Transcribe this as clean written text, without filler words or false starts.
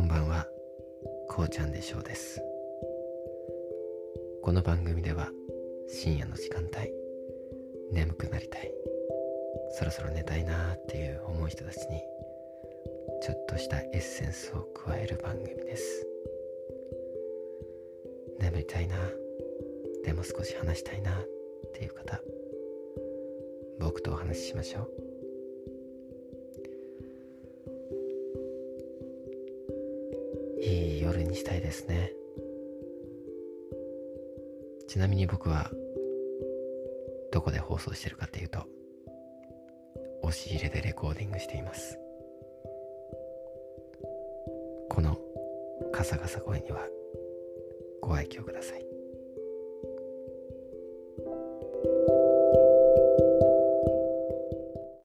んばんは、こうちゃんでしょうです。この番組では深夜の時間帯、眠くなりたい、そろそろ寝たいなーっていう思う人たちにちょっとしたエッセンスを加える番組です。眠りたいな、でも少し話したいなっていう方、僕とお話ししましょう。いい夜にしたいですね。ちなみに僕はどこで放送してるかっていうと、押し入れでレコーディングしています。このカサカサ声にはご愛嬌ください。